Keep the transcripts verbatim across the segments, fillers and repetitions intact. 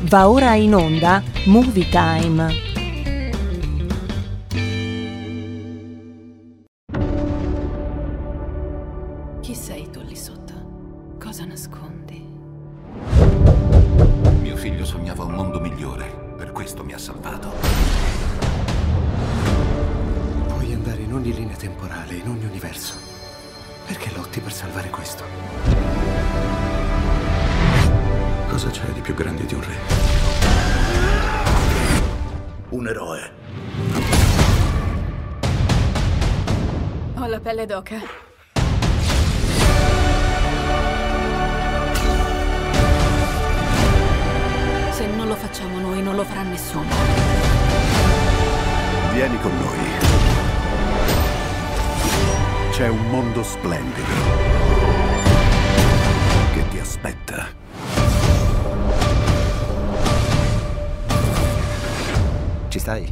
Va ora in onda Movie Time. Chi sei tu lì sotto? Cosa nascondi? Mio figlio sognava un mondo migliore, per questo mi ha salvato. Puoi andare in ogni linea temporale, in ogni universo. Perché lotti per salvare questo? Cosa c'è di più grande di un re? Un eroe. Ho la pelle d'oca. Se non lo facciamo noi, non lo farà nessuno. Vieni con noi. C'è un mondo splendido che ti aspetta. Ci stai?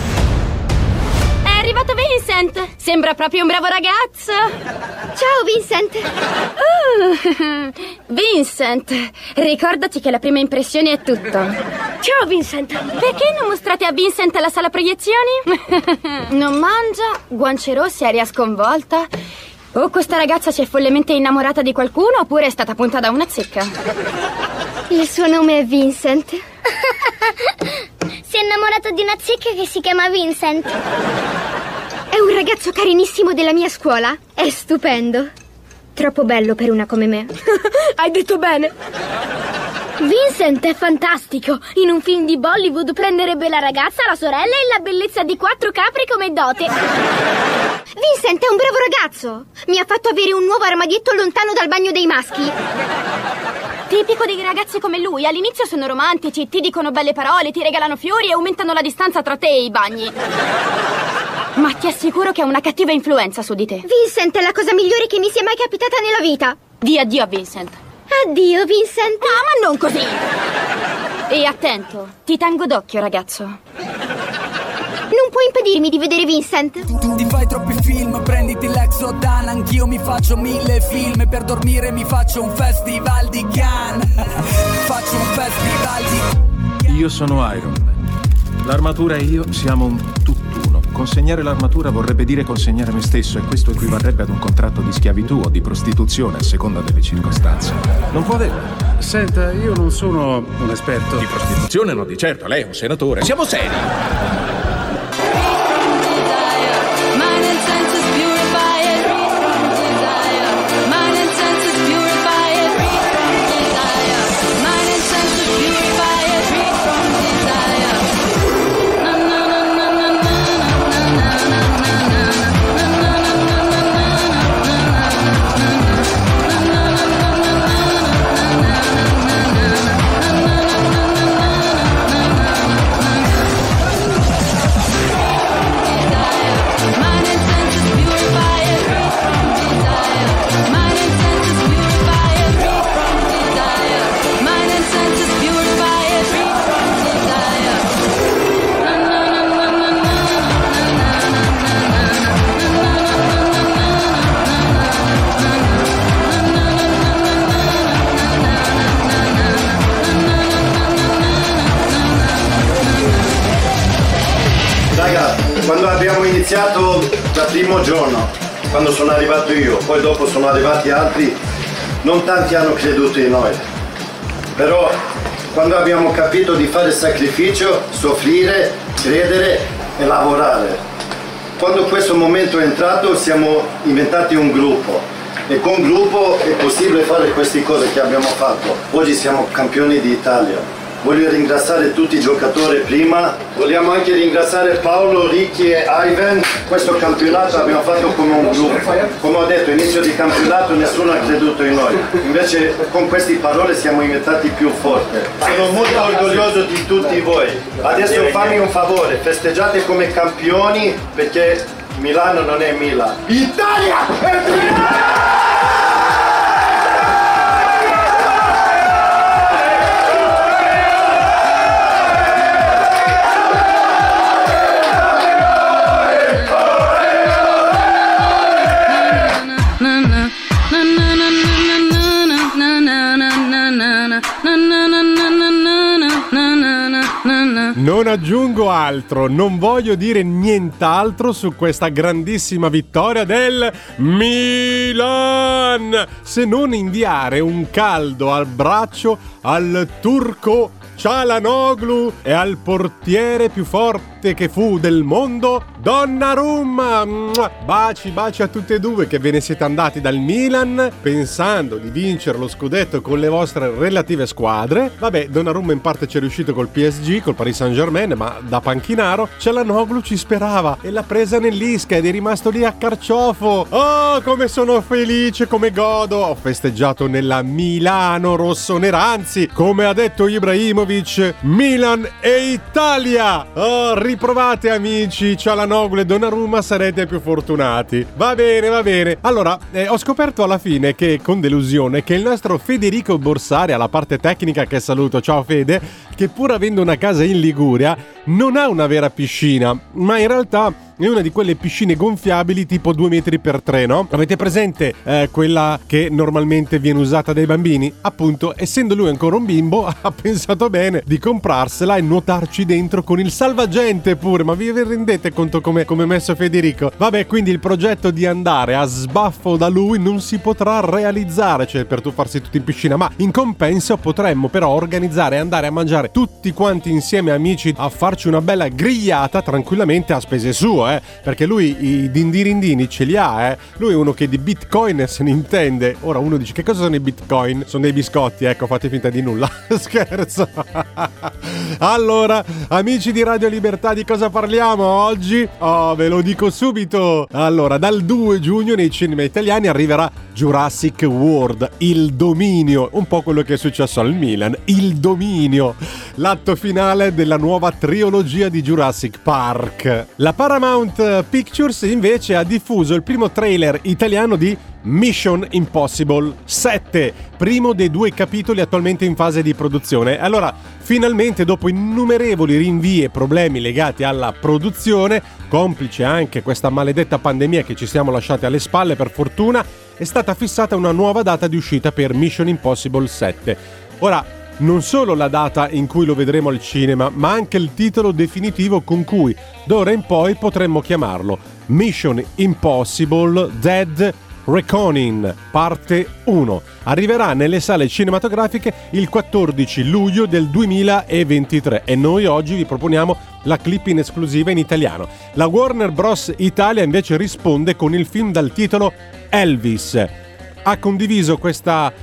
È arrivato Vincent! Sembra proprio un bravo ragazzo! Ciao Vincent! Uh, Vincent, ricordati che la prima impressione è tutto. Ciao Vincent! Perché non mostrate a Vincent la sala proiezioni? Non mangia, guance rosse, aria sconvolta. O questa ragazza si è follemente innamorata di qualcuno oppure è stata punta da una zecca. Il suo nome è Vincent. Si è innamorato di una zecca che si chiama Vincent. È un ragazzo carinissimo della mia scuola. È stupendo. Troppo bello per una come me. Hai detto bene. Vincent è fantastico. In un film di Bollywood prenderebbe la ragazza, la sorella e la bellezza di quattro capri come dote. Vincent è un bravo ragazzo. Mi ha fatto avere un nuovo armadietto lontano dal bagno dei maschi. Tipico dei ragazzi come lui. All'inizio sono romantici, ti dicono belle parole, ti regalano fiori e aumentano la distanza tra te e i bagni. Ma ti assicuro che ha una cattiva influenza su di te. Vincent è la cosa migliore che mi sia mai capitata nella vita. Di addio a Vincent. Addio, Vincent. Ah, ma non così. E attento, ti tengo d'occhio, ragazzo. Non puoi impedirmi di vedere Vincent. Tu ti fai troppi film, prenditi l'Exodan. Anch'io mi faccio mille film. Per dormire mi faccio un festival di Cannes. Faccio un festival di... Io sono Iron Man. L'armatura e io siamo un tutt'uno. Consegnare l'armatura vorrebbe dire consegnare me stesso, e questo equivarrebbe ad un contratto di schiavitù o di prostituzione a seconda delle circostanze. Non può averlo. Senta, io non sono un esperto. Di prostituzione no, di certo, lei è un senatore. Siamo seri. Quando abbiamo iniziato dal primo giorno, quando sono arrivato io, poi dopo sono arrivati altri, non tanti hanno creduto in noi. Però quando abbiamo capito di fare sacrificio, soffrire, credere e lavorare. Quando questo momento è entrato siamo diventati un gruppo e con gruppo è possibile fare queste cose che abbiamo fatto. Oggi siamo campioni d'Italia. Voglio ringraziare tutti i giocatori prima, vogliamo anche ringraziare Paolo, Ricky e Ivan. Questo campionato abbiamo fatto come un gruppo. Come ho detto, inizio di campionato nessuno ha creduto in noi. Invece con queste parole siamo diventati più forti. Sono molto orgoglioso di tutti voi. Adesso fammi un favore, festeggiate come campioni perché Milano non è Milan. Italia è Milano! na na na na na na na na na na Non aggiungo altro, non voglio dire nient'altro su questa grandissima vittoria del Milan, se non inviare un caldo abbraccio al turco Çalhanoğlu e al portiere più forte che fu del mondo, Donnarumma. Baci, baci a tutti e due che ve ne siete andati dal Milan pensando di vincere lo scudetto con le vostre relative squadre. Vabbè, Donnarumma in parte ci è riuscito col P S G, col Paris Saint-Germain, ma da panchinaro Çalhanoğlu ci sperava e l'ha presa nell'isca ed è rimasto lì a carciofo. Oh, come sono felice, come godo. Ho festeggiato nella Milano rossonera, anzi, come ha detto Ibrahimovic, Milan e Italia. Oh, riprovate amici, Çalhanoğlu e Donnarumma, sarete più fortunati. Va bene, va bene. Allora, eh, ho scoperto alla fine che, con delusione, che il nostro Federico Borsari, alla parte tecnica, che saluto, ciao Fede, che pur avendo una casa in Liguria non ha una vera piscina, ma in realtà è una di quelle piscine gonfiabili tipo due metri per tre, no? Avete presente eh, quella che normalmente viene usata dai bambini? Appunto, essendo lui ancora un bimbo, ha pensato bene di comprarsela e nuotarci dentro con il salvagente pure. Ma vi rendete conto come è messo Federico? Vabbè, quindi il progetto di andare a sbaffo da lui non si potrà realizzare, cioè per tuffarsi tutti in piscina, ma in compenso potremmo però organizzare e andare a mangiare tutti quanti insieme, amici, a farci una bella grigliata tranquillamente a spese sue. Eh, perché lui i dindirindini ce li ha, eh. Lui è uno che di bitcoin se ne intende. Ora uno dice: che cosa sono i bitcoin? Sono dei biscotti, ecco, fate finta di nulla. Scherzo. Allora, amici di Radio Libertà, di cosa parliamo oggi? Oh, ve lo dico subito. Allora, dal due giugno nei cinema italiani arriverà Jurassic World, il dominio, un po' quello che è successo al Milan, il dominio, l'atto finale della nuova trilogia di Jurassic Park. La Paramount Pictures invece ha diffuso il primo trailer italiano di Mission Impossible sette, primo dei due capitoli attualmente in fase di produzione. Allora, finalmente, dopo innumerevoli rinvii e problemi legati alla produzione, complice anche questa maledetta pandemia che ci siamo lasciati alle spalle per fortuna, è stata fissata una nuova data di uscita per Mission Impossible sette. Ora, non solo la data in cui lo vedremo al cinema, ma anche il titolo definitivo con cui d'ora in poi potremmo chiamarlo Mission Impossible Dead Reckoning parte uno. Arriverà nelle sale cinematografiche il quattordici luglio del duemilaventitré e noi oggi vi proponiamo la clip in esclusiva in italiano. La Warner Bros. Italia invece risponde con il film dal titolo Elvis. Ha condiviso questa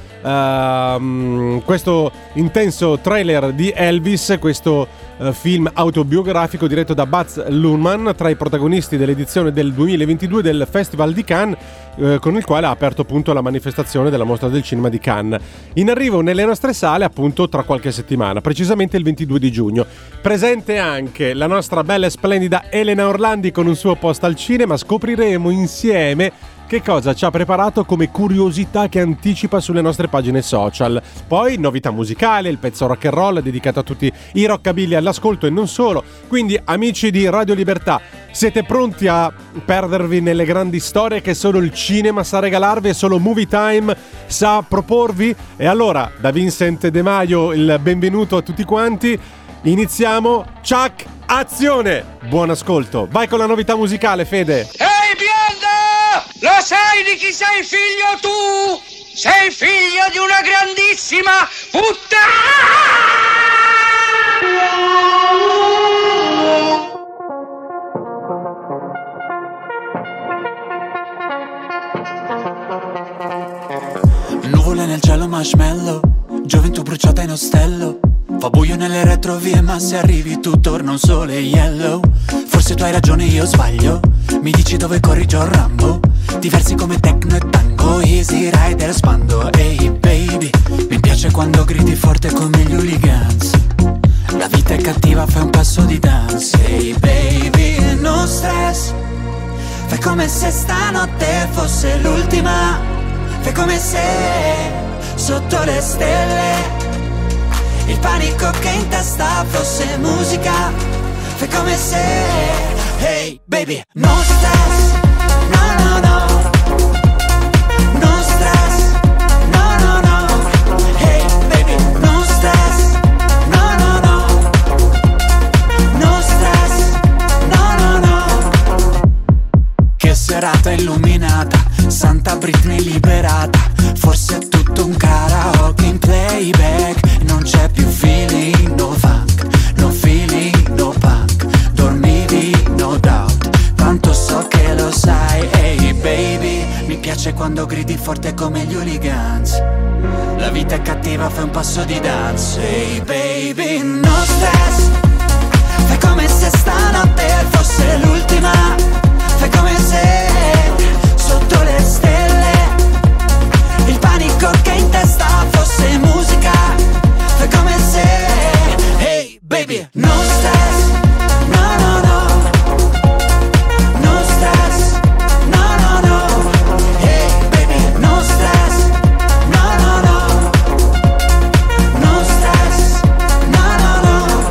Uh, questo intenso trailer di Elvis, questo uh, film autobiografico diretto da Baz Luhrmann, tra i protagonisti dell'edizione del duemilaventidue del Festival di Cannes, uh, con il quale ha aperto appunto la manifestazione della Mostra del Cinema di Cannes, in arrivo nelle nostre sale appunto tra qualche settimana, precisamente il ventidue di giugno. Presente anche la nostra bella e splendida Elena Orlandi con un suo post al cinema. Scopriremo insieme che cosa ci ha preparato come curiosità che anticipa sulle nostre pagine social. Poi novità musicali, il pezzo rock and roll dedicato a tutti i rockabilly all'ascolto e non solo. Quindi, amici di Radio Libertà, siete pronti a perdervi nelle grandi storie che solo il cinema sa regalarvi e solo Movie Time sa proporvi? E allora, da Vincent De Maio il benvenuto a tutti quanti. Iniziamo. Chuck, azione! Buon ascolto. Vai con la novità musicale, Fede. Ehi, bionda! Lo sai di chi sei figlio tu? Sei figlio di una grandissima puttana! Nuvole nel cielo marshmallow, gioventù bruciata in ostello. Fa buio nelle retrovie ma se arrivi tu torna un sole yellow. Forse tu hai ragione, io sbaglio. Mi dici dove corri John Rambo. Diversi come techno e tango, Easy Rider spando. Ehi hey baby, mi piace quando gridi forte come gli hooligans. La vita è cattiva, fai un passo di dance. Ehi hey baby, no stress. Fai come se stanotte fosse l'ultima. Fai come se sotto le stelle il panico che in testa fosse musica. Fai come se, hey baby, no stress, no no no. No stress, no no no. Hey baby, no stress, no no no. Britney liberata. Forse è tutto un karaoke in playback. Non c'è più feeling, no funk, no feeling, no punk. Dormivi, no doubt, tanto so che lo sai. Hey baby, mi piace quando gridi forte come gli hooligans. La vita è cattiva, fai un passo di danza. Hey baby, no stress. Fai come se stanotte fosse l'ultima. Fai come se sotto le stelle il panico che in testa fosse musica. Fai come se, hey baby, no stress. No, no, no. No stress. No, no, no. Hey baby, no stress. No, no, no. No stress. No, no, no.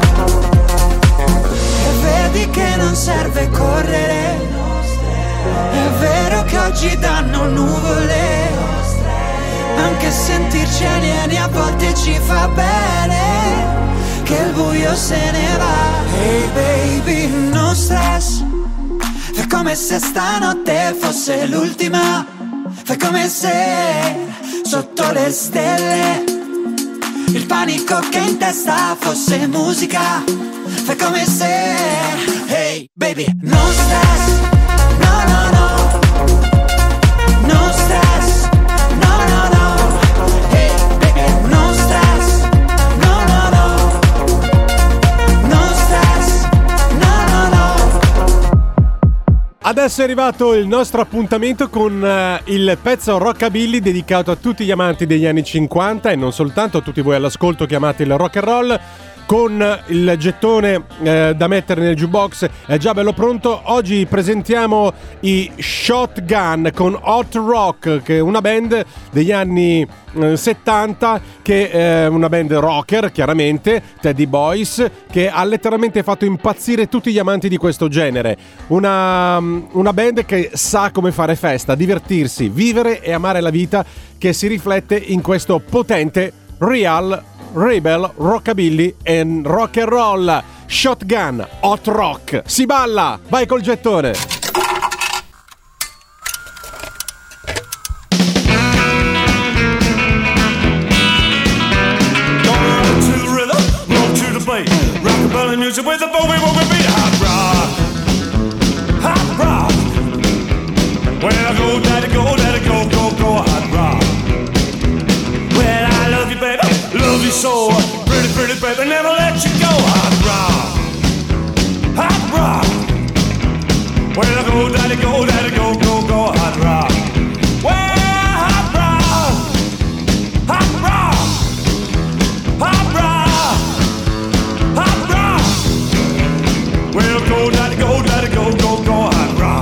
E vedi che non serve correre. È vero che oggi danno nuvole. Anche sentirci alieni a volte ci fa bene. Che il buio se ne va. Hey baby, no stress. Fai come se stanotte fosse l'ultima. Fai come se sotto le stelle il panico che in testa fosse musica. Fai come se, hey baby, no stress. No, no, no. No stress. No, no, no. Hey baby, no stress. No, no, no. No stress. No, no, no. Adesso è arrivato il nostro appuntamento con uh, il pezzo Rockabilly dedicato a tutti gli amanti degli anni cinquanta e non soltanto, a tutti voi all'ascolto che amate il rock and roll. Con il gettone eh, da mettere nel jukebox è già bello pronto. Oggi presentiamo i Shotgun con Hot Rock, che è una band degli anni eh, settanta, che è una band rocker, chiaramente, Teddy Boys, che ha letteralmente fatto impazzire tutti gli amanti di questo genere. Una, una band che sa come fare festa, divertirsi, vivere e amare la vita, che si riflette in questo potente Real Rebel Rockabilly and Rock and Roll. Shotgun, Hot Rock. Si balla, vai col gettone. Rockabilly music with the boogie woogie beat. Hot rock, hot rock. Well, go daddy, go daddy, go, go, go, hot rock. Well, I love you, baby, love you so. Pretty, pretty, baby, never let you go. Hot rock, hot rock. Well, go daddy, go daddy, go, go, go, hot rock. Well, hot rock, hot rock, hot rock, hot rock. Well, go daddy, go daddy, go, go, go, hot rock.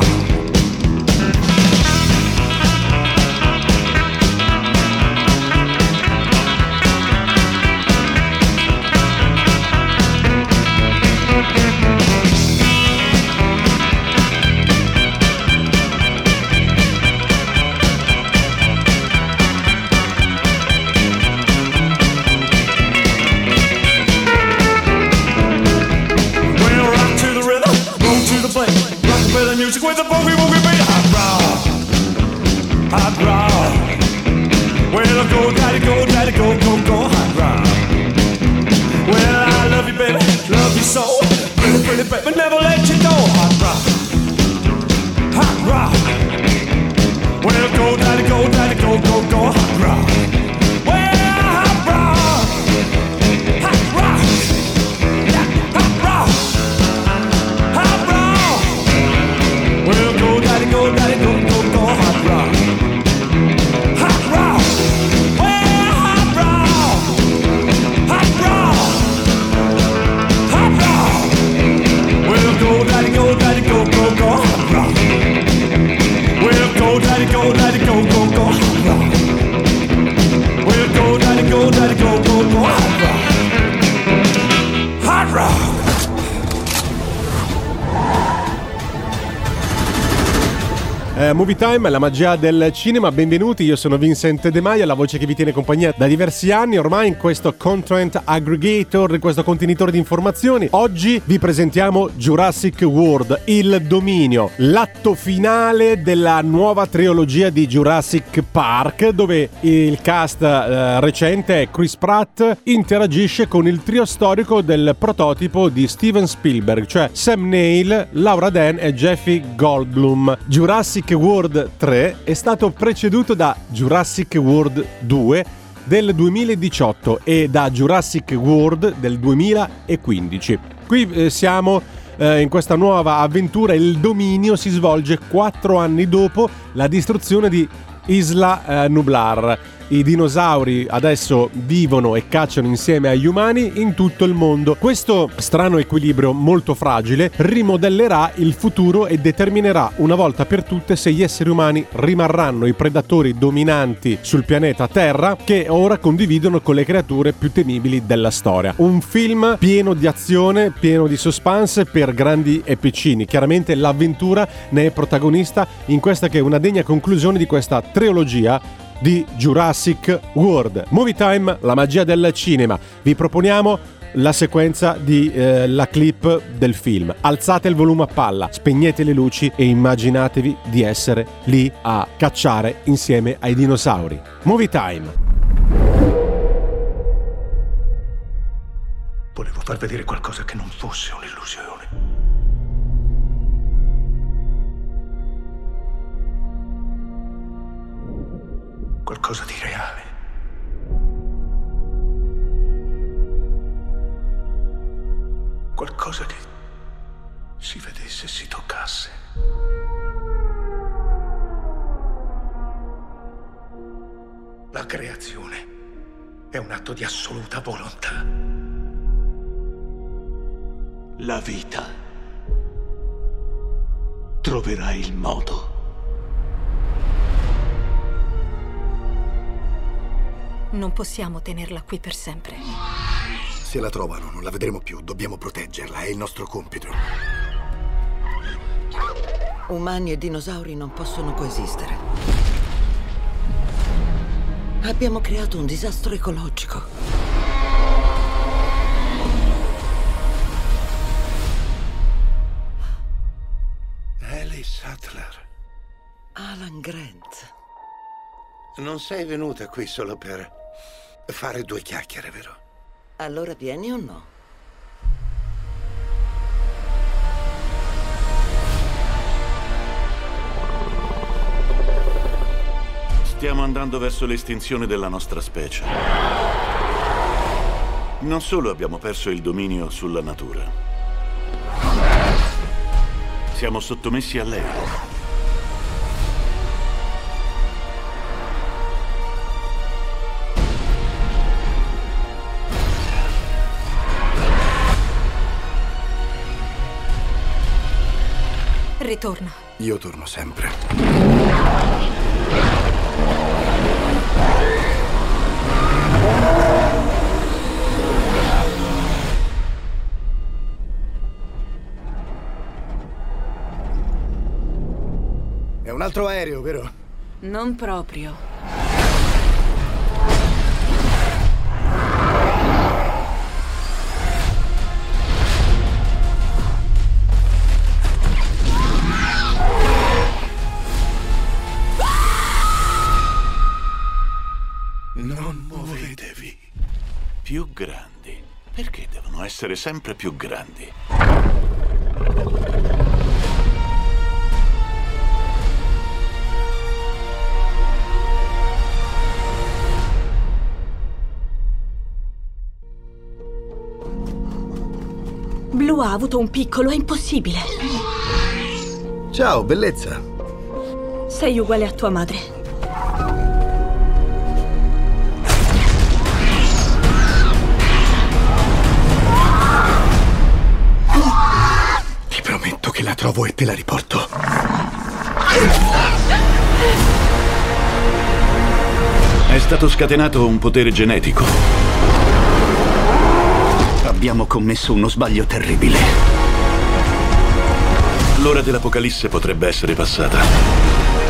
Music with the boogie woogie beat. Hot rock, hot rock. Well, go daddy, go daddy, go, go, go, hot rock. Well, I love you, baby, love you so. Pretty, pretty, baby, never let you go. Hot rock, hot rock. Well, go daddy, go daddy, go, go, go, hot rock. Well, hot rock, hot rock, yeah, hot rock, hot rock. Well, go daddy, go daddy, go, go, go, hot rock. Hot rock. Well, hot rock. Hot rock. Hot rock. Well, go daddy, go daddy, go, go, go, hot rock. Well, go daddy, go daddy, go, go, go, hot rock. Well, go daddy, go daddy, go, go, go, hot rock. Hot rock. eh, Movie Time, la magia del cinema. Benvenuti, io sono Vincent De Maia, la voce che vi tiene compagnia da diversi anni ormai in questo content aggregator, in questo contenitore di informazioni. Oggi vi presentiamo Jurassic World, il dominio, l'atto finale della nuova trilogia di Jurassic Park, dove il cast eh, recente è Chris Pratt, interagisce con il trio storico del prototipo di Steven Spielberg, cioè Sam Neill, Laura Dern e Jeffrey Goldblum. Jurassic World tre è stato preceduto da Jurassic World due del duemiladiciotto e da Jurassic World del duemilaquindici. Qui eh, siamo eh, in questa nuova avventura. Il dominio si svolge quattro anni dopo la distruzione di Isla eh, Nublar. I dinosauri adesso vivono e cacciano insieme agli umani in tutto il mondo. Questo strano equilibrio molto fragile rimodellerà il futuro e determinerà una volta per tutte se gli esseri umani rimarranno i predatori dominanti sul pianeta Terra, che ora condividono con le creature più temibili della storia. Un film pieno di azione, pieno di suspense per grandi e piccini. Chiaramente l'avventura ne è protagonista in questa che è una degna conclusione di questa trilogia di Jurassic World. Movie Time, la magia del cinema. Vi proponiamo la sequenza di eh, la clip del film. Alzate il volume a palla, spegnete le luci e immaginatevi di essere lì a cacciare insieme ai dinosauri. Movie Time. Volevo far vedere qualcosa che non fosse un'illusione. Qualcosa di reale. Qualcosa che si vedesse e si toccasse. La creazione è un atto di assoluta volontà. La vita troverà il modo. Non possiamo tenerla qui per sempre. Se la trovano, non la vedremo più. Dobbiamo proteggerla, è il nostro compito. Umani e dinosauri non possono coesistere. Abbiamo creato un disastro ecologico. Ellie Sattler. Alan Grant. Non sei venuta qui solo per fare due chiacchiere, vero? Allora vieni o no? Stiamo andando verso l'estinzione della nostra specie. Non solo abbiamo perso il dominio sulla natura, siamo sottomessi a lei. Ritorna. Io torno sempre. È un altro aereo, vero? Non proprio. Non muovetevi. Più grandi. Perché devono essere sempre più grandi? Blue ha avuto un piccolo, è impossibile. Ciao, bellezza. Sei uguale a tua madre. Ti prometto che la trovo e te la riporto. È stato scatenato un potere genetico. Abbiamo commesso uno sbaglio terribile. L'ora dell'apocalisse potrebbe essere passata.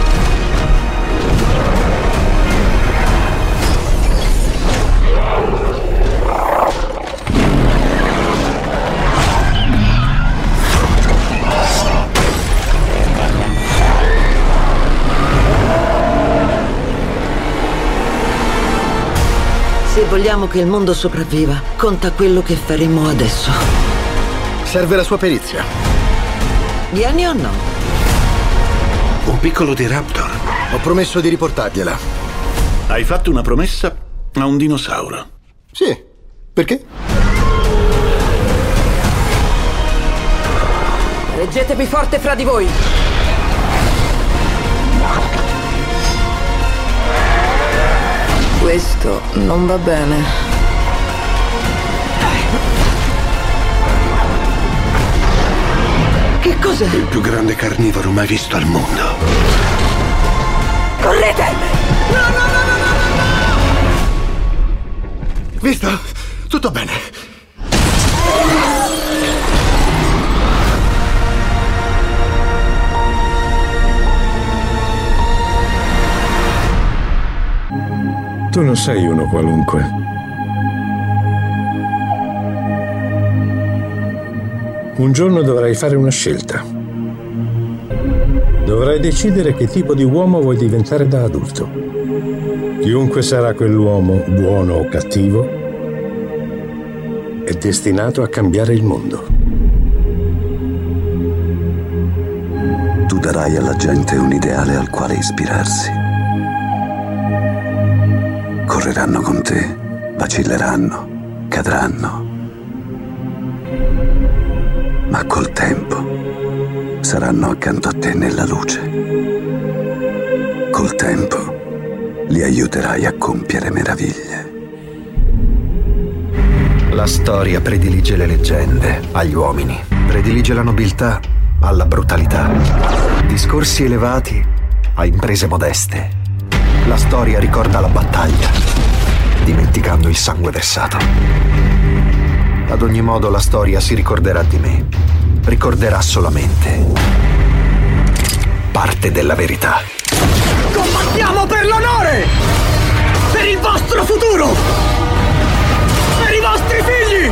vogliamo che il mondo sopravviva, conta quello che faremo adesso. Serve la sua perizia. Vieni o no? Un piccolo D-Raptor. Ho promesso di riportargliela. Hai fatto una promessa a un dinosauro. Sì. Perché? Reggetevi forte fra di voi. Questo non va bene. Che cos'è? Il più grande carnivoro mai visto al mondo. Correte! No, no, no, no, no, no, no! Visto? Tutto bene. Tu non sei uno qualunque. Un giorno dovrai fare una scelta. Dovrai decidere che tipo di uomo vuoi diventare da adulto. Chiunque sarà quell'uomo, buono o cattivo, è destinato a cambiare il mondo. Tu darai alla gente un ideale al quale ispirarsi. Correranno con te, vacilleranno, cadranno. Ma col tempo saranno accanto a te nella luce. Col tempo li aiuterai a compiere meraviglie. La storia predilige le leggende agli uomini. Predilige la nobiltà alla brutalità. Discorsi elevati a imprese modeste. La storia ricorda la battaglia, dimenticando il sangue versato. Ad ogni modo la storia si ricorderà di me. Ricorderà solamente parte della verità. Combattiamo per l'onore! Per il vostro futuro! Per i vostri figli!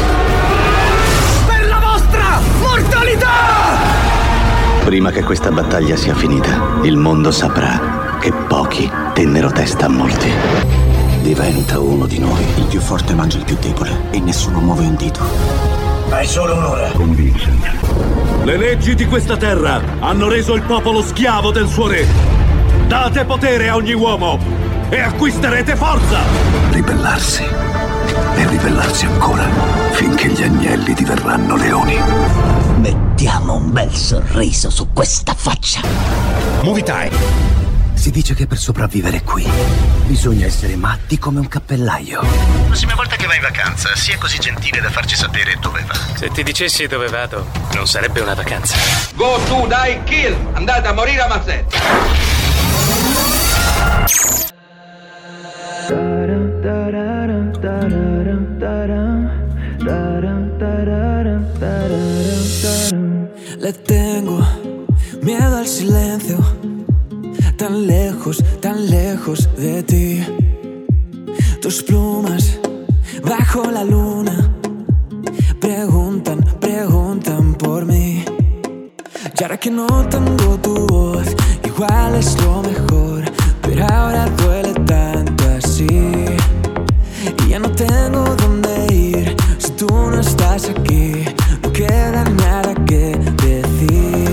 Per la vostra mortalità! Prima che questa battaglia sia finita, il mondo saprà che pochi tennero testa a molti. Diventa uno di noi. Il più forte mangia il più debole e nessuno muove un dito. Hai solo un'ora. Con Vincent. Le leggi di questa terra hanno reso il popolo schiavo del suo re. Date potere a ogni uomo e acquisterete forza. Ribellarsi e ribellarsi ancora finché gli agnelli diverranno leoni. Mettiamo un bel sorriso su questa faccia. Movie time. Si dice che per sopravvivere qui bisogna essere matti come un cappellaio. La prossima volta che vai in vacanza, sia così gentile da farci sapere dove va. Se ti dicessi dove vado, non sarebbe una vacanza. Go to die kill! Andate a morire a mazzette! Le tengo miedo al silencio. Tan lejos, tan lejos de ti. Tus plumas bajo la luna preguntan, preguntan por mí. Y ahora que no tengo tu voz, igual es lo mejor, pero ahora duele tanto así. Y ya no tengo dónde ir si tú no estás aquí. No queda nada que decir.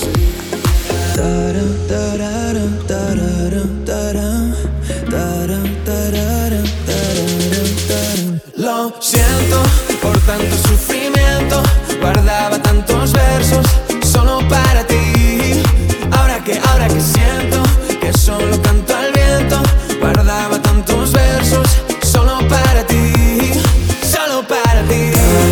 Lo siento por tanto sufrimiento. Guardaba tantos versos solo para ti. Ahora que, ahora que siento que solo canto al viento. Guardaba tantos versos solo para ti. Solo para ti.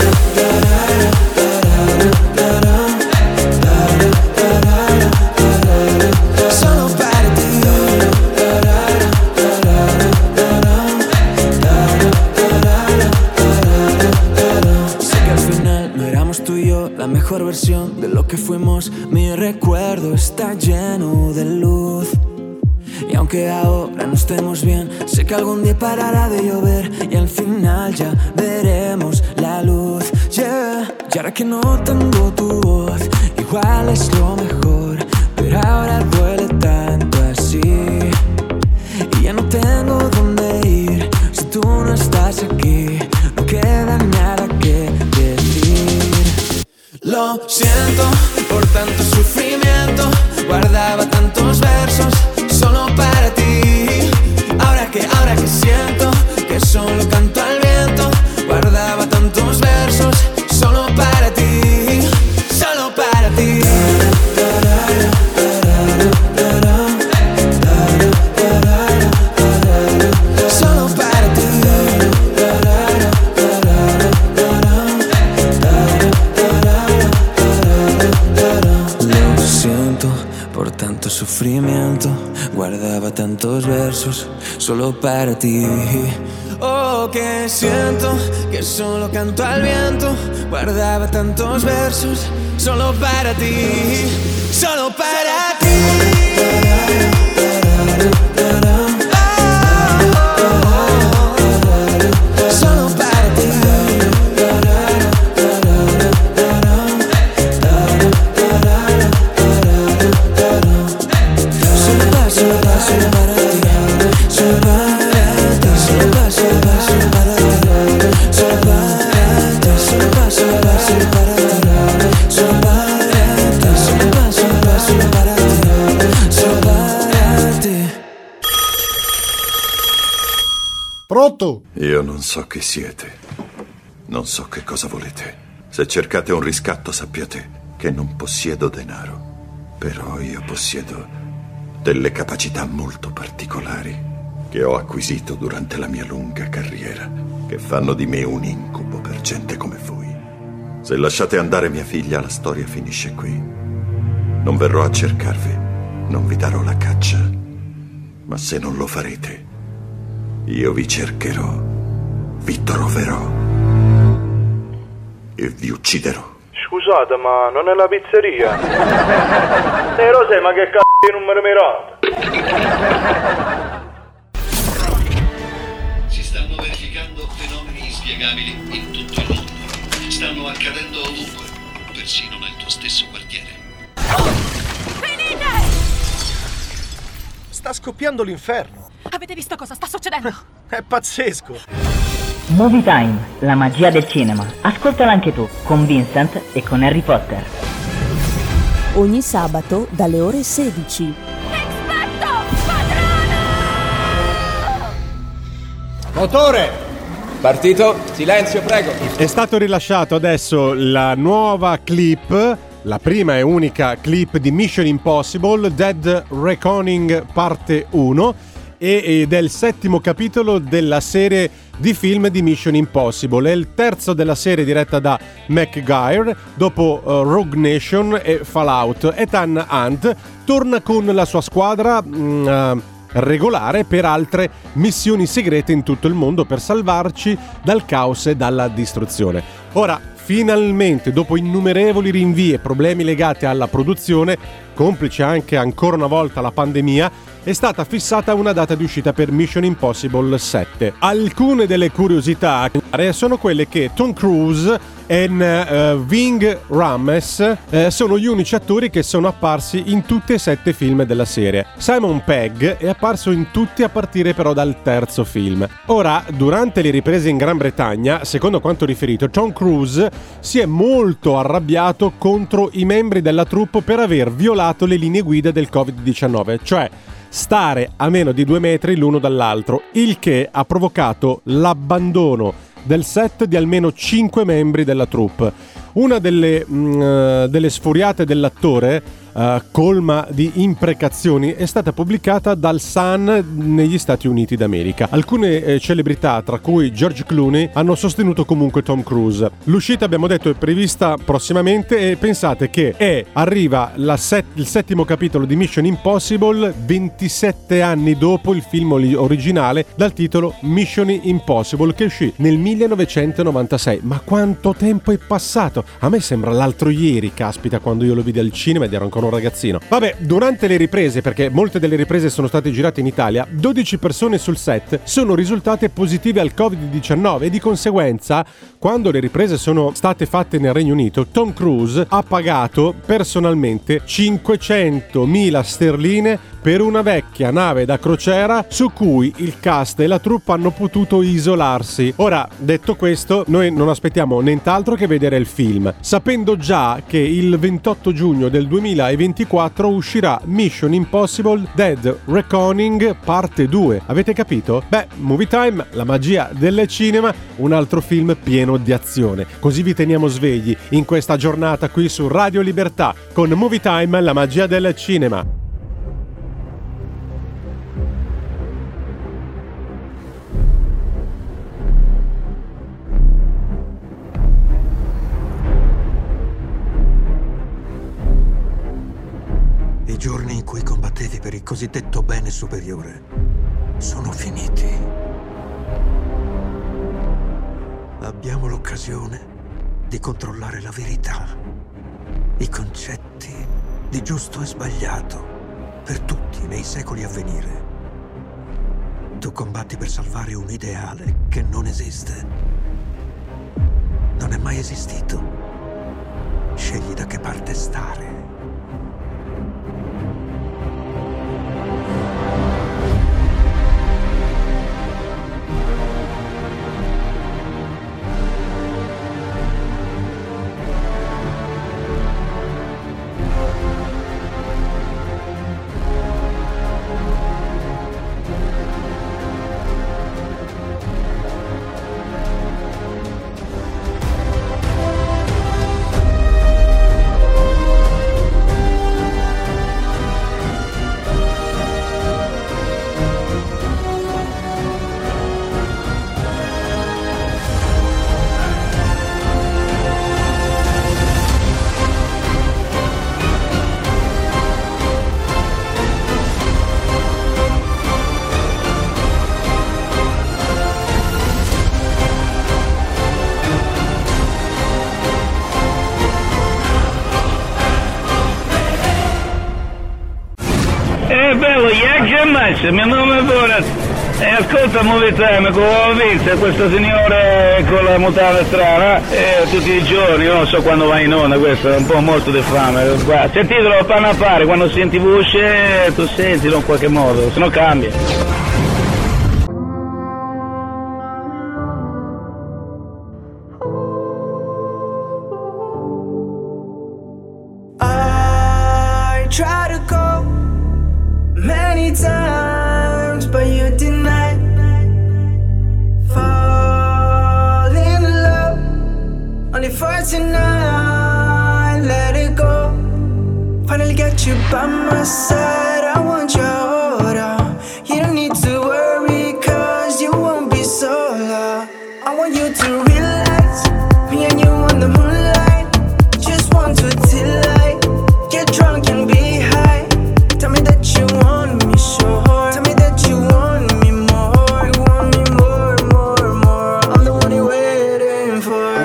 La mejor versión de lo que fuimos. Mi recuerdo está lleno de luz. Y aunque ahora no estemos bien, sé que algún día parará de llover. Y al final ya veremos la luz, yeah. Y ahora que no tengo tu voz, igual es lo mejor, pero ahora duele tanto así. Y ya no tengo dónde ir si tú no estás. estás aquí, no queda nada que decir. Lo siento por tanto sufrimiento, guardaba tantos versos solo para ti. Ahora que, ahora que siento que solo canto al viento, guardaba tantos versos solo para ti, solo para ti. Solo para ti. Lo siento por tanto sufrimiento, guardaba tantos versos solo para ti. Oh, que siento que solo canto al viento, guardaba tantos versos solo para ti, solo para ti. Solo para ti. Solo para, solo para, solo para ti. Solo para ti, solo para, solo para, solo para ti. Solo para ti, solo para, solo para, solo para ti. Solo para ti, solo para, solo para, solo para ti. Solo para ti. Pronto? Io non so chi siete. Non so che cosa volete. Se cercate un riscatto, sappiate che non possiedo denaro. Però io possiedo delle capacità molto particolari che ho acquisito durante la mia lunga carriera, che fanno di me un incubo per gente come voi. Se lasciate andare mia figlia, la storia finisce qui. Non verrò a cercarvi, non vi darò la caccia. Ma se non lo farete, io vi cercherò, vi troverò e vi ucciderò. Scusate, ma non è la pizzeria? Eh, lo sai, ma che c***o di numero mirato? Si stanno verificando fenomeni inspiegabili in tutto il mondo. Stanno accadendo ovunque, persino nel tuo stesso quartiere. Venite! Sta scoppiando l'inferno. Avete visto cosa sta succedendo? È pazzesco. Movie Time, la magia del cinema. Ascoltala anche tu, con Vincent e con Harry Potter. Ogni sabato dalle ore sedici. Motore! Partito, silenzio prego. È stato rilasciato adesso la nuova clip, la prima e unica clip di Mission Impossible Dead Reckoning parte uno, ed è il settimo capitolo della serie di film di Mission Impossible. È il terzo della serie diretta da McGuire, dopo uh, Rogue Nation e Fallout. Ethan Hunt torna con la sua squadra mh, uh, regolare per altre missioni segrete in tutto il mondo per salvarci dal caos e dalla distruzione. Ora, finalmente, dopo innumerevoli rinvii e problemi legati alla produzione, complice anche ancora una volta la pandemia, è stata fissata una data di uscita per Mission Impossible sette. Alcune delle curiosità sono quelle che Tom Cruise e uh, Ving Rhames uh, sono gli unici attori che sono apparsi in tutti e sette film della serie. Simon Pegg è apparso in tutti a partire però dal terzo film. Ora, durante le riprese in Gran Bretagna, secondo quanto riferito, Tom Cruise si è molto arrabbiato contro i membri della troupe per aver violato le linee guida del covid diciannove, cioè stare a meno di due metri l'uno dall'altro, il che ha provocato l'abbandono del set di almeno cinque membri della troupe. Una delle, mh, delle sfuriate dell'attore, uh, colma di imprecazioni, è stata pubblicata dal Sun negli Stati Uniti d'America. Alcune eh, celebrità, tra cui George Clooney, hanno sostenuto comunque Tom Cruise. L'uscita, abbiamo detto, è prevista prossimamente e pensate che è, arriva la set, il settimo capitolo di Mission Impossible ventisette anni dopo il film originale dal titolo Mission Impossible, che uscì nel millenovecentonovantasei. Ma quanto tempo è passato? A me sembra l'altro ieri, caspita, quando io lo vidi al cinema ed ero ancora ancora un ragazzino. Vabbè, durante le riprese, perché molte delle riprese sono state girate in Italia, dodici persone sul set sono risultate positive al covid diciannove e di conseguenza, quando le riprese sono state fatte nel Regno Unito, Tom Cruise ha pagato personalmente cinquecentomila sterline per una vecchia nave da crociera su cui il cast e la troupe hanno potuto isolarsi. Ora, detto questo, noi non aspettiamo nient'altro che vedere il film, sapendo già che il ventotto giugno del duemilaventiquattro uscirà Mission Impossible Dead Reckoning parte due. Avete capito? Beh, Movie Time, la magia del cinema, un altro film pieno di azione. Così vi teniamo svegli in questa giornata qui su Radio Libertà con Movie Time, la magia del cinema. I giorni in cui combattevi per il cosiddetto bene superiore sono finiti. Abbiamo l'occasione di controllare la verità, i concetti di giusto e sbagliato per tutti nei secoli a venire. Tu combatti per salvare un ideale che non esiste. Non è mai esistito. Scegli da che parte stare. Il mio nome è Borat e ascolta Movie Time con Vince, questo signore con la mutanda strana e tutti i giorni, io non so quando va in onda, questo è un po' morto di fame. Guarda, sentitelo panna a fare, quando senti voce tu sentilo in qualche modo, se no cambia. I try to go many times, but you deny. Fall in love only for tonight. Let it go. Finally got you by my side. I want your order. You don't need to worry, cause you won't be solo. I want you to relax. Me and you on the moonlight. Just want to delight. Get drunk and be high. Tell me that you want me, sure. Tell me that you want me more. You want me more, more, more. I'm the one you're waiting for.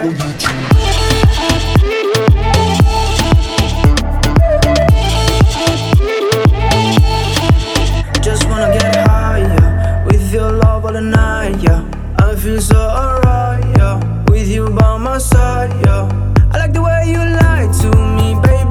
Just wanna get higher with your love all the night, yeah. I feel so alright, yeah. With you by my side, yeah. I like the way you lie to me, baby.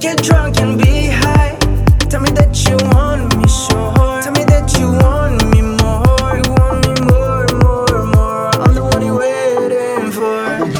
get drunk and be high. Tell me that you want me, sure. Tell me that you want me more. You want me more, more, more. I'm the one you're waiting for.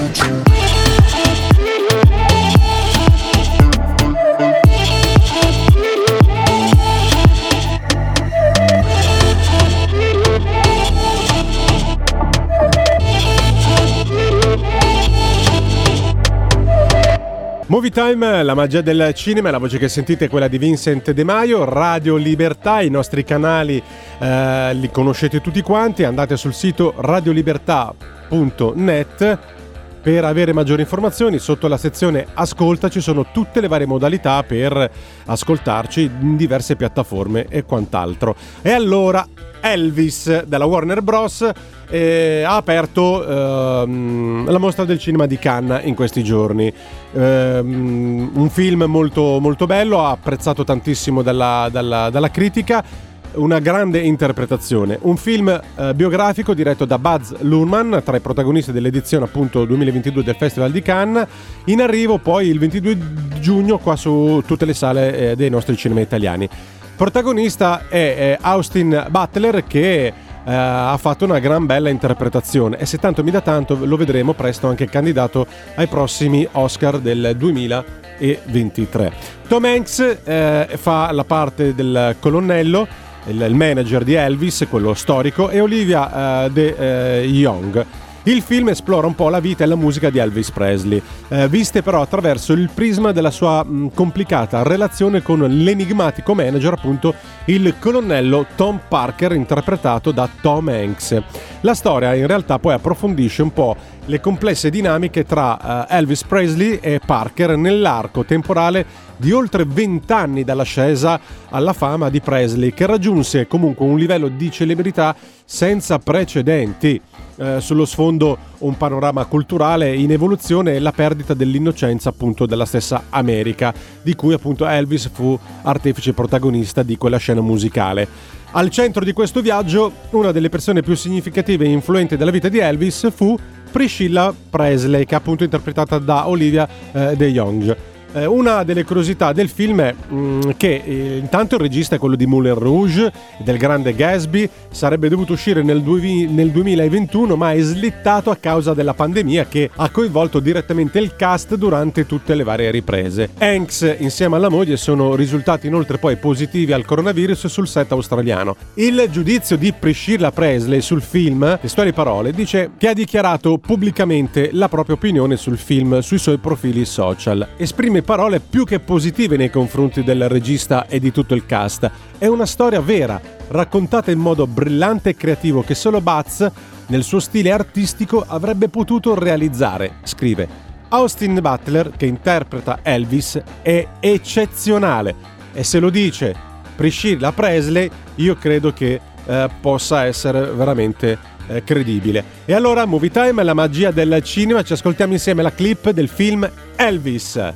Movie Time, la magia del cinema, la voce che sentite è quella di Vincent De Maio, Radio Libertà, i nostri canali eh, li conoscete tutti quanti, andate sul sito radiolibertà punto net per avere maggiori informazioni. Sotto la sezione Ascolta ci sono tutte le varie modalità per ascoltarci in diverse piattaforme e quant'altro. E allora Elvis della Warner Bros. Eh, ha aperto ehm, la mostra del cinema di Cannes in questi giorni. Ehm, un film molto, molto bello, apprezzato tantissimo dalla, dalla, dalla critica, una grande interpretazione. Un film eh, biografico diretto da Baz Luhrmann, tra i protagonisti dell'edizione appunto duemilaventidue del Festival di Cannes, in arrivo poi il ventidue giugno qua su tutte le sale eh, dei nostri cinema italiani. Protagonista è eh, Austin Butler, che Uh, ha fatto una gran bella interpretazione e se tanto mi dà tanto lo vedremo presto anche candidato ai prossimi Oscar del duemilaventitré. Tom Hanks uh, fa la parte del colonnello, il, il manager di Elvis, quello storico, e Olivia uh, de uh, Jong. Il film esplora un po' la vita e la musica di Elvis Presley, eh, viste però attraverso il prisma della sua mh, complicata relazione con l'enigmatico manager, appunto il colonnello Tom Parker, interpretato da Tom Hanks. La storia in realtà poi approfondisce un po' le complesse dinamiche tra uh, Elvis Presley e Parker nell'arco temporale di oltre vent'anni dall'ascesa alla fama di Presley, che raggiunse comunque un livello di celebrità senza precedenti. Eh, sullo sfondo un panorama culturale in evoluzione e la perdita dell'innocenza appunto della stessa America, di cui appunto Elvis fu artefice protagonista di quella scena musicale. Al centro di questo viaggio, una delle persone più significative e influenti della vita di Elvis fu Priscilla Presley, che è appunto interpretata da Olivia eh, de Jong. Una delle curiosità del film è mh, che eh, intanto il regista è quello di Moulin Rouge, del grande Gatsby, sarebbe dovuto uscire nel, du- nel duemilaventuno, ma è slittato a causa della pandemia che ha coinvolto direttamente il cast durante tutte le varie riprese. Hanks insieme alla moglie sono risultati inoltre poi positivi al coronavirus sul set australiano. Il giudizio di Priscilla Presley sul film, testuali parole, dice che ha dichiarato pubblicamente la propria opinione sul film sui suoi profili social. Esprime parole più che positive nei confronti del regista e di tutto il cast. È una storia vera, raccontata in modo brillante e creativo che solo Baz, nel suo stile artistico, avrebbe potuto realizzare, scrive. Austin Butler, che interpreta Elvis, è eccezionale e se lo dice Priscilla Presley, io credo che eh, possa essere veramente eh, credibile. E allora, Movie Time, la magia del cinema, ci ascoltiamo insieme la clip del film Elvis.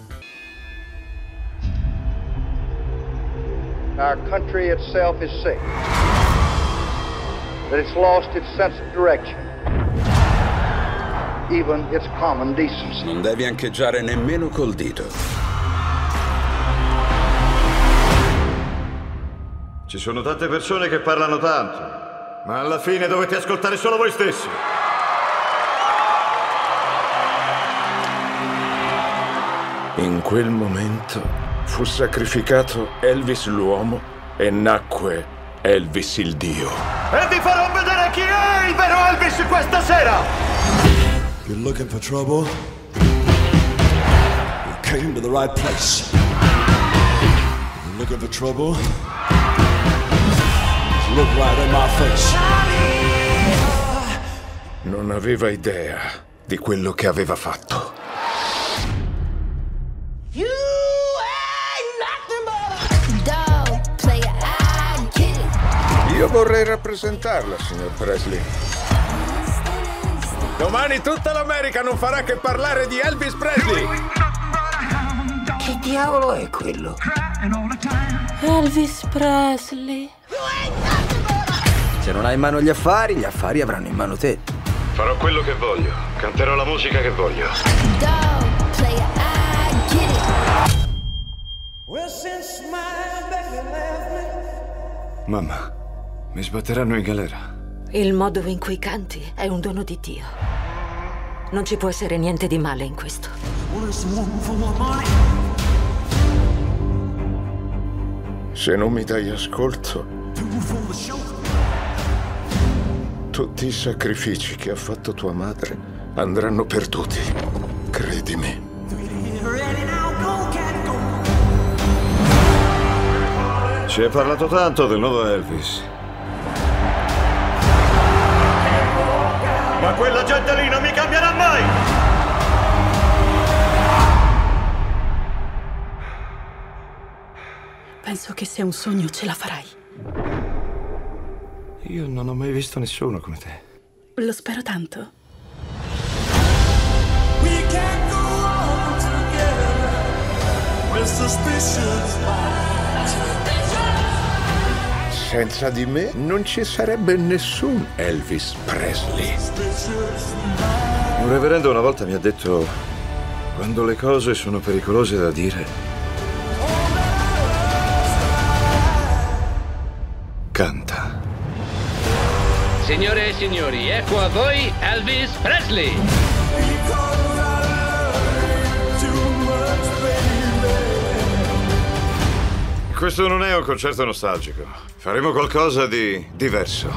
Our country itself is sick, that it's lost its sense of direction, even its common decency. Non devi ancheggiare nemmeno col dito. Ci sono tante persone che parlano tanto, ma alla fine dovete ascoltare solo voi stessi. In quel momento fu sacrificato Elvis l'uomo e nacque Elvis il dio. E vi farò vedere chi è il vero Elvis questa sera! You're looking for trouble? You came to the right place. You're looking for trouble? Look right in my face. Non aveva idea di quello che aveva fatto. Io vorrei rappresentarla, signor Presley. Domani tutta l'America non farà che parlare di Elvis Presley. Che diavolo è quello? Elvis Presley. Se non hai in mano gli affari, gli affari avranno in mano te. Farò quello che voglio, canterò la musica che voglio. Mamma, mi sbatteranno in galera. Il modo in cui canti è un dono di Dio. Non ci può essere niente di male in questo. Se non mi dai ascolto, tutti i sacrifici che ha fatto tua madre andranno perduti. Credimi. Si è parlato tanto del nuovo Elvis. Ma quella gente lì non mi cambierà mai! Penso che se è un sogno ce la farai. Io non ho mai visto nessuno come te. Lo spero tanto. Senza di me non ci sarebbe nessun Elvis Presley. Un reverendo una volta mi ha detto: quando le cose sono pericolose da dire, canta. Signore e signori, ecco a voi Elvis Presley. Questo non è un concerto nostalgico. Faremo qualcosa di diverso.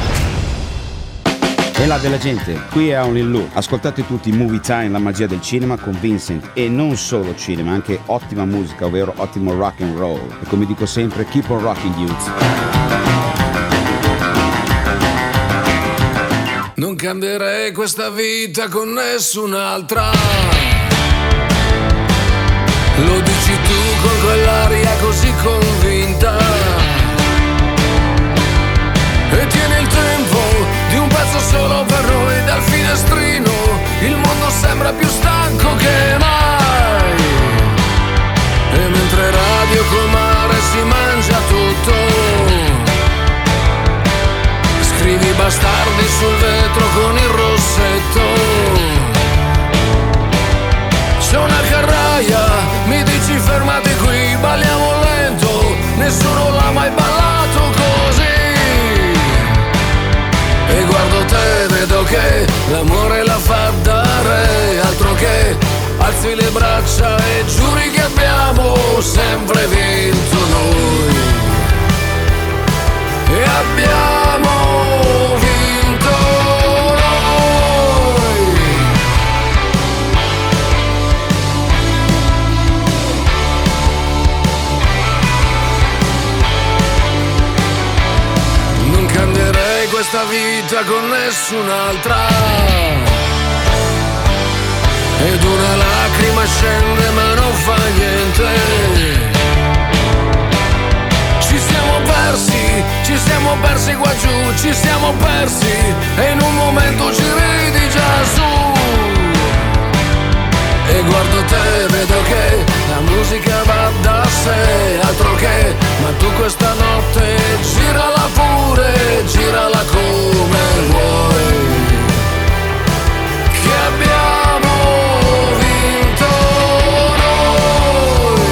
E là della gente, qui è Only Lou. Ascoltate tutti Movie Time, la magia del cinema con Vincent. E non solo cinema, anche ottima musica, ovvero ottimo rock and roll. E come dico sempre, keep on rocking, youth. Non cambierei questa vita con nessun'altra. Lo dici tu con quell'aria così convinta. E tieni il tempo di un pezzo solo per noi. Dal finestrino il mondo sembra più stanco che mai. E mentre radio col mare si mangia tutto, scrivi bastardi sul vetro con il rossetto. C'è una carraia, mi dici fermati qui, balliamo lento, nessuno l'ha mai ballato così. E guardo te, vedo che l'amore la fa dare, altro che alzi le braccia e giuri che abbiamo sempre vinto noi. E abbiamo vinto noi. Non cambierei questa vita con nessun'altra. Ed una lacrima scende ma non fa niente. Ci siamo persi, ci siamo persi qua giù, ci siamo persi e in un momento ci vedi già su. E guardo te, vedo che la musica va da sé, altro che, ma tu questa notte girala pure, girala come vuoi. Che abbiamo vinto noi.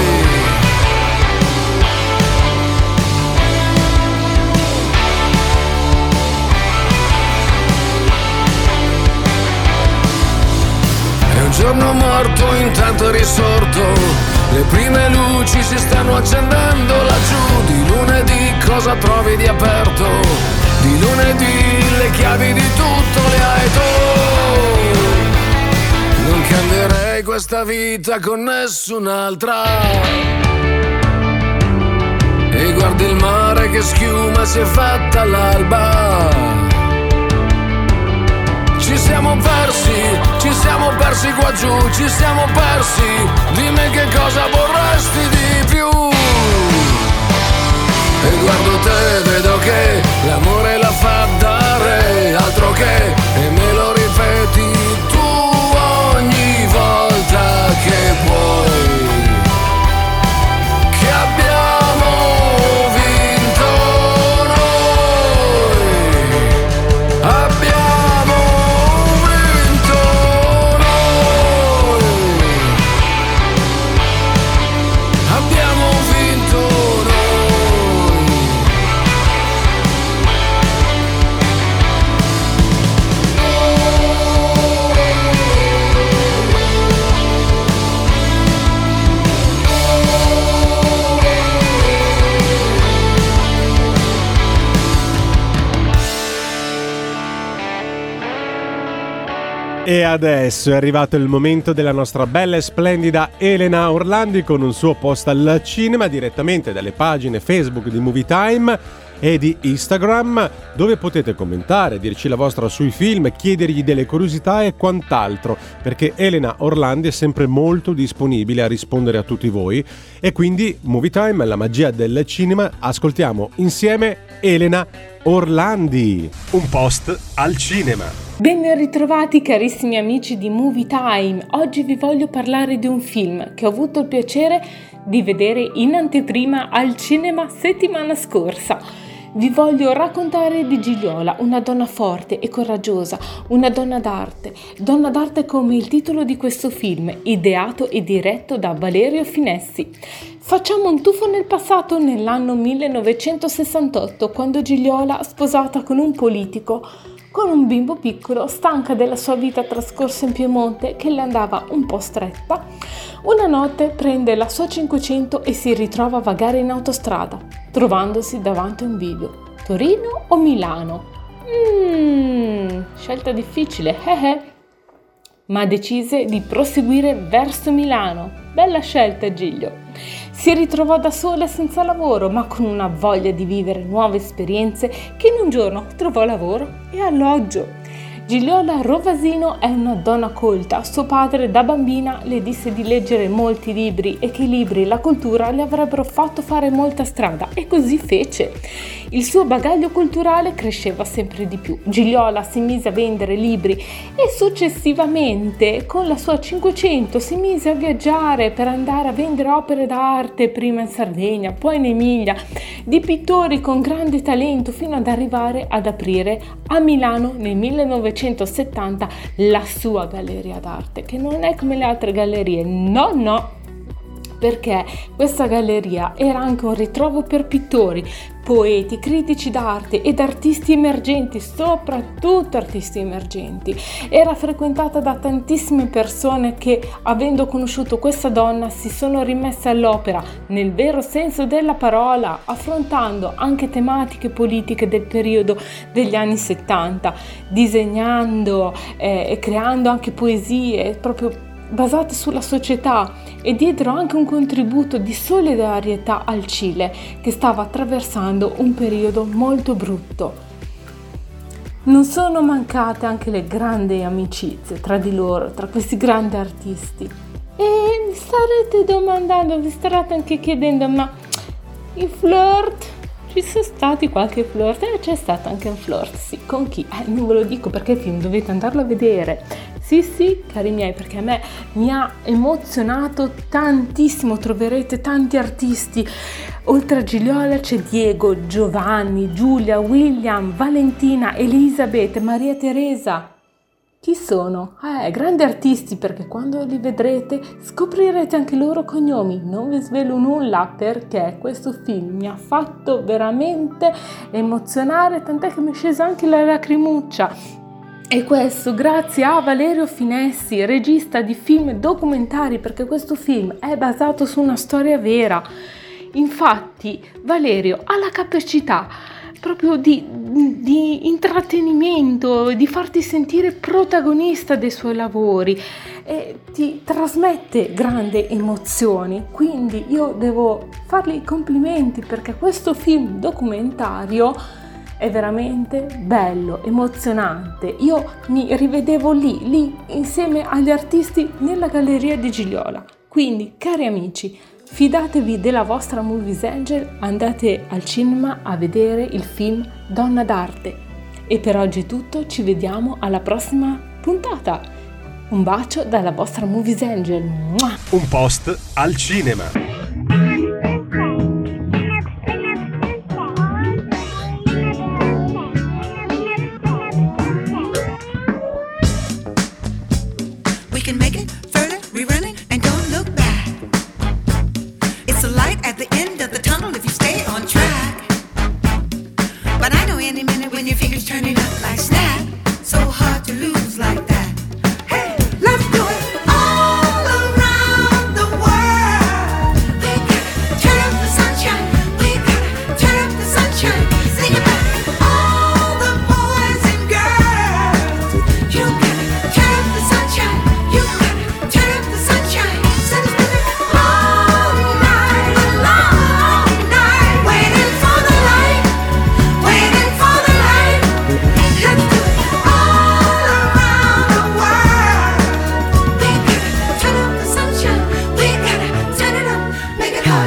È un giorno morto, intanto è risorto. Le prime luci si stanno accendendo laggiù. Di lunedì cosa trovi di aperto? Di lunedì le chiavi di tutto le hai tu. Non cambierei questa vita con nessun'altra. E guardi il mare che schiuma si è fatta l'alba. Ci siamo persi, ci siamo persi qua giù, ci siamo persi. Dimmi che cosa vorresti di più. E guardo te, vedo che l'amore la fa dare, altro che, e me lo ripeti tu ogni volta che puoi. Che abbiamo vinto noi. Abbiamo vinto noi. E adesso è arrivato il momento della nostra bella e splendida Elena Orlandi con un suo post al cinema direttamente dalle pagine Facebook di Movie Time e di Instagram, dove potete commentare, dirci la vostra sui film, chiedergli delle curiosità e quant'altro, perché Elena Orlandi è sempre molto disponibile a rispondere a tutti voi. E quindi Movie Time, la magia del cinema, ascoltiamo insieme Elena Orlandi. Un post al cinema. Ben ritrovati carissimi amici di Movie Time. Oggi vi voglio parlare di un film che ho avuto il piacere di vedere in anteprima al cinema settimana scorsa. Vi voglio raccontare di Gigliola, una donna forte e coraggiosa, una donna d'arte. Donna d'arte come il titolo di questo film, ideato e diretto da Valerio Finessi. Facciamo un tuffo nel passato, nell'anno millenovecentosessantotto, quando Gigliola, sposata con un politico, con un bimbo piccolo, stanca della sua vita trascorsa in Piemonte che le andava un po' stretta, una notte prende la sua cinquecento e si ritrova a vagare in autostrada, trovandosi davanti a un bivio. Torino o Milano? Mmm, scelta difficile, eh eh. Ma decise di proseguire verso Milano. Bella scelta, Giglio. Si ritrovò da sola e senza lavoro, ma con una voglia di vivere nuove esperienze che in un giorno trovò lavoro e alloggio. Gigliola Rovasino è una donna colta. Suo padre da bambina le disse di leggere molti libri e che i libri e la cultura le avrebbero fatto fare molta strada, e così fece. Il suo bagaglio culturale cresceva sempre di più. Gigliola si mise a vendere libri e successivamente con la sua cinquecento si mise a viaggiare per andare a vendere opere d'arte, prima in Sardegna, poi in Emilia, di pittori con grande talento, fino ad arrivare ad aprire a Milano nel millenovecentosettanta la sua galleria d'arte, che non è come le altre gallerie, no no, perché questa galleria era anche un ritrovo per pittori, poeti, critici d'arte ed artisti emergenti, soprattutto artisti emergenti. Era frequentata da tantissime persone che, avendo conosciuto questa donna, si sono rimesse all'opera nel vero senso della parola, affrontando anche tematiche politiche del periodo degli anni settanta, disegnando eh, e creando anche poesie proprio basate sulla società, e diedero anche un contributo di solidarietà al Cile, che stava attraversando un periodo molto brutto. Non sono mancate anche le grandi amicizie tra di loro, tra questi grandi artisti. E mi starete domandando, vi starete anche chiedendo, ma i flirt? Ci sono stati qualche flirt? Eh, c'è stato anche un flirt, sì. Con chi? Eh, non ve lo dico perché il film dovete andarlo a vedere. Sì, sì, cari miei, perché a me mi ha emozionato tantissimo. Troverete tanti artisti. Oltre a Gigliola c'è Diego, Giovanni, Giulia, William, Valentina, Elisabeth, Maria Teresa. Chi sono? Eh, grandi artisti, perché quando li vedrete scoprirete anche i loro cognomi. Non vi svelo nulla perché questo film mi ha fatto veramente emozionare, tant'è che mi è scesa anche la lacrimuccia. E questo grazie a Valerio Finessi, regista di film documentari, perché questo film è basato su una storia vera. Infatti Valerio ha la capacità proprio di, di intrattenimento, di farti sentire protagonista dei suoi lavori, e ti trasmette grandi emozioni. Quindi io devo fargli i complimenti, perché questo film documentario è veramente bello, emozionante. Io mi rivedevo lì, lì, insieme agli artisti nella galleria di Gigliola. Quindi, cari amici, fidatevi della vostra Movies Angel, andate al cinema a vedere il film Donna d'arte. E per oggi è tutto, ci vediamo alla prossima puntata. Un bacio dalla vostra Movies Angel. Mua! Un post al cinema.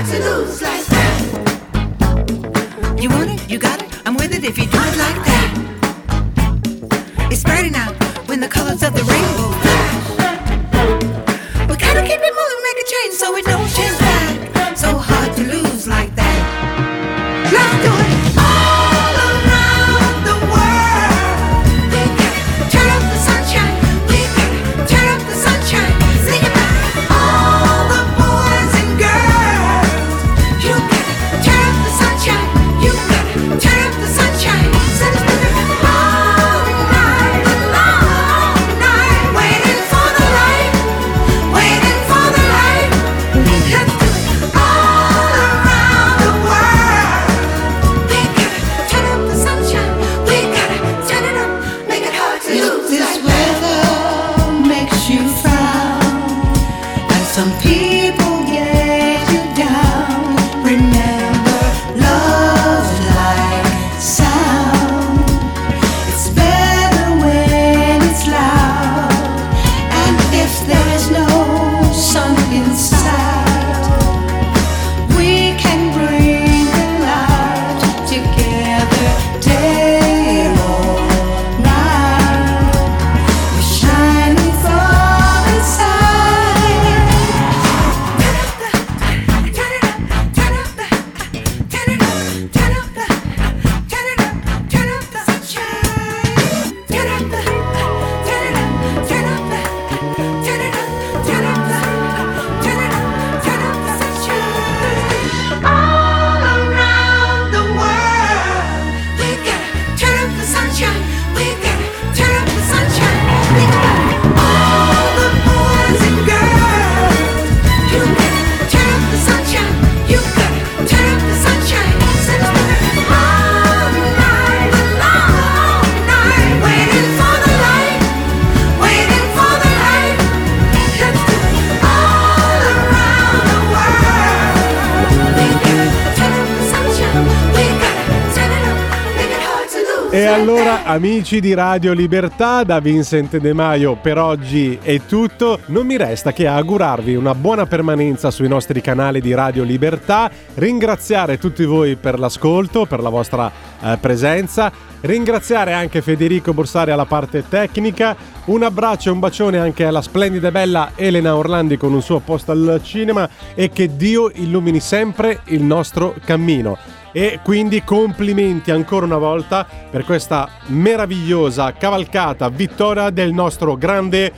hard to lose like that. You want it, you got it, I'm with it if you do it like that. It's brighter now when the colors of the rainbow flash. We gotta keep it moving, make a change so it don't change back. So hard to lose like that. Let's do it. All around the world, we gotta turn up the sunshine. We gotta turn up the sunshine. Sing it back. All the boys and girls, you gotta turn up the sunshine. You gotta turn up the sunshine. Send us the all night, all night, waiting for the light, waiting for the light. Let's do it. All around the world, we gotta turn up the sunshine. We gotta turn it up, make it hard to lose. This weather makes you frown, and some people get you down. Remember, love's like sound. It's better when it's loud, and if there's no sun inside, we can bring the light together day or night. We're shining from inside. Turn it up, turn it up, turn it up, turn it up, turn it up, turn up the sunshine. Turn up the, turn it up, turn up the, turn it up, turn up the, turn it up, turn up the sunshine. All around the world, we gotta turn up the sunshine. We gotta turn up the sunshine. We gotta all the boys and girls. You gotta turn up the sunshine. You gotta turn up the sunshine. Send us the all night, all night, waiting for the light, waiting for the light. Let's do it all around the world. We gotta turn up the sunshine. We gotta turn it up, make it hard to lose. E allora, amici di Radio Libertà, da Vincent De Maio per oggi è tutto. Non mi resta che augurarvi una buona permanenza sui nostri canali di Radio Libertà, ringraziare tutti voi per l'ascolto, per la vostra eh, presenza, ringraziare anche Federico Borsari alla parte tecnica. Un abbraccio e un bacione anche alla splendida e bella Elena Orlandi con un suo posto al cinema, e che Dio illumini sempre il nostro cammino. E quindi complimenti ancora una volta per questa meravigliosa cavalcata vittoria del nostro grande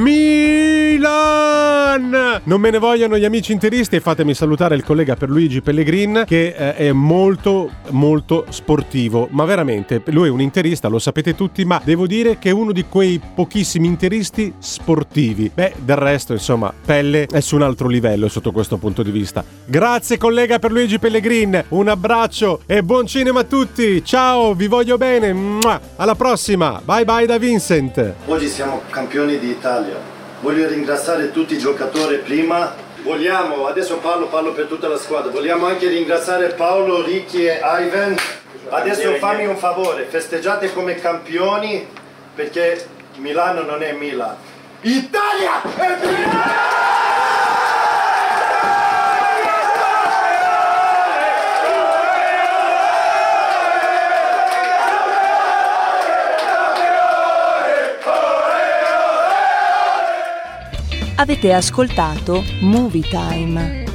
Milan. Non me ne vogliano gli amici interisti, e fatemi salutare il collega Pierluigi Pellegrin, che eh, è molto molto sportivo, ma veramente lui è un interista, lo sapete tutti, ma devo dire che è uno di quei pochissimi interisti sportivi. Beh, del resto insomma Pelle è su un altro livello sotto questo punto di vista. Grazie collega Pierluigi Pellegrin, un abbraccio e buon cinema a tutti. Ciao, vi voglio bene. Mua. Alla prossima. Bye bye da Vincent. Oggi siamo campioni d'Italia. Voglio ringraziare tutti i giocatori prima. Vogliamo, adesso parlo, parlo per tutta la squadra, vogliamo anche ringraziare Paolo, Ricky e Ivan. Adesso fammi un favore, festeggiate come campioni, perché Milano non è Milan. Italia è Milano! Avete ascoltato Movie Time.